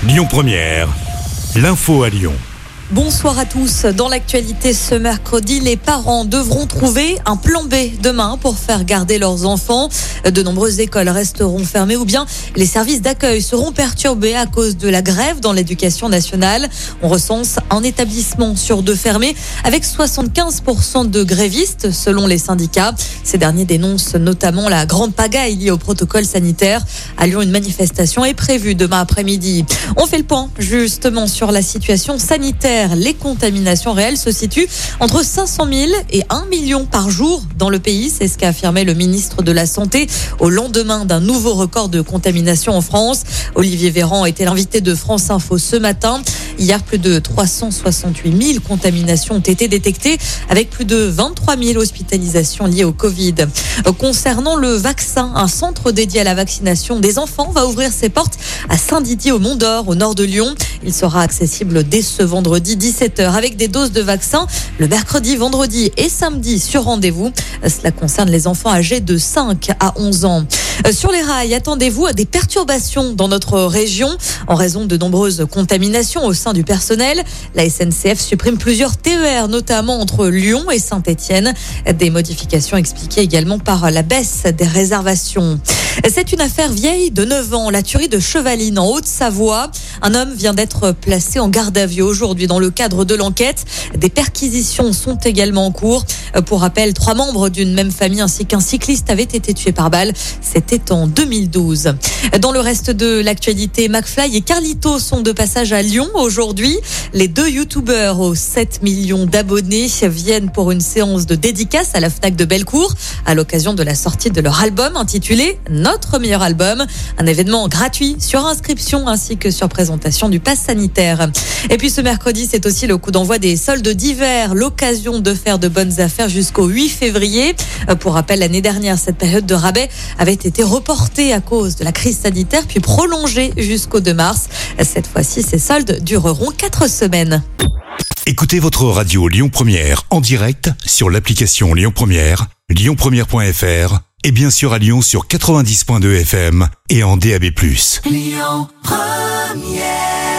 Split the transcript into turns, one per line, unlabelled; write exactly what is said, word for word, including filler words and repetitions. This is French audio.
Lyon Première, l'info à Lyon.
Bonsoir à tous. Dans l'actualité ce mercredi, les parents devront trouver un plan B demain pour faire garder leurs enfants. De nombreuses écoles resteront fermées ou bien les services d'accueil seront perturbés à cause de la grève dans l'éducation nationale. On recense un établissement sur deux fermé avec soixante-quinze pour cent de grévistes selon les syndicats. Ces derniers dénoncent notamment la grande pagaille liée au protocole sanitaire. À Lyon, une manifestation est prévue demain après-midi. On fait le point justement sur la situation sanitaire. Les contaminations réelles se situent entre cinq cent mille et un million par jour dans le pays. C'est ce qu'a affirmé le ministre de la Santé au lendemain d'un nouveau record de contamination en France. Olivier Véran était l'invité de France Info ce matin. Hier, plus de trois cent soixante-huit mille contaminations ont été détectées avec plus de vingt-trois mille hospitalisations liées au Covid. Concernant le vaccin, un centre dédié à la vaccination des enfants va ouvrir ses portes à Saint-Didier au Mont-d'Or, au nord de Lyon. Il sera accessible dès ce vendredi dix-sept heures avec des doses de vaccin le mercredi, vendredi et samedi sur rendez-vous. Cela concerne les enfants âgés de cinq à onze ans. Sur les rails, attendez-vous à des perturbations dans notre région en raison de nombreuses contaminations au sein du personnel. La S N C F supprime plusieurs T E R, notamment entre Lyon et Saint-Étienne. Des modifications expliquées également par la baisse des réservations. C'est une affaire vieille de neuf ans, la tuerie de Chevaline en Haute-Savoie. Un homme vient d'être placé en garde à vue aujourd'hui dans le cadre de l'enquête. Des perquisitions sont également en cours. Pour rappel, trois membres d'une même famille ainsi qu'un cycliste avaient été tués par balle. C'était en deux mille douze. Dans le reste de l'actualité, McFly et Carlito sont de passage à Lyon aujourd'hui. Les deux youtubeurs aux sept millions d'abonnés viennent pour une séance de dédicace à la Fnac de Bellecour à l'occasion de la sortie de leur album intitulé Notre meilleur album. Un événement gratuit sur inscription ainsi que sur présentation du pass sanitaire. Et puis ce mercredi, c'est aussi le coup d'envoi des soldes d'hiver, l'occasion de faire de bonnes affaires jusqu'au huit février. Pour rappel, l'année dernière, cette période de rabais avait été reportée à cause de la crise sanitaire puis prolongée jusqu'au deux mars. Cette fois-ci, ces soldes dureront quatre semaines.
Écoutez votre radio Lyon Première en direct sur l'application Lyon Première, lyon première point f r et bien sûr à Lyon sur quatre-vingt-dix virgule deux F M et en D A B plus.
Lyon Première.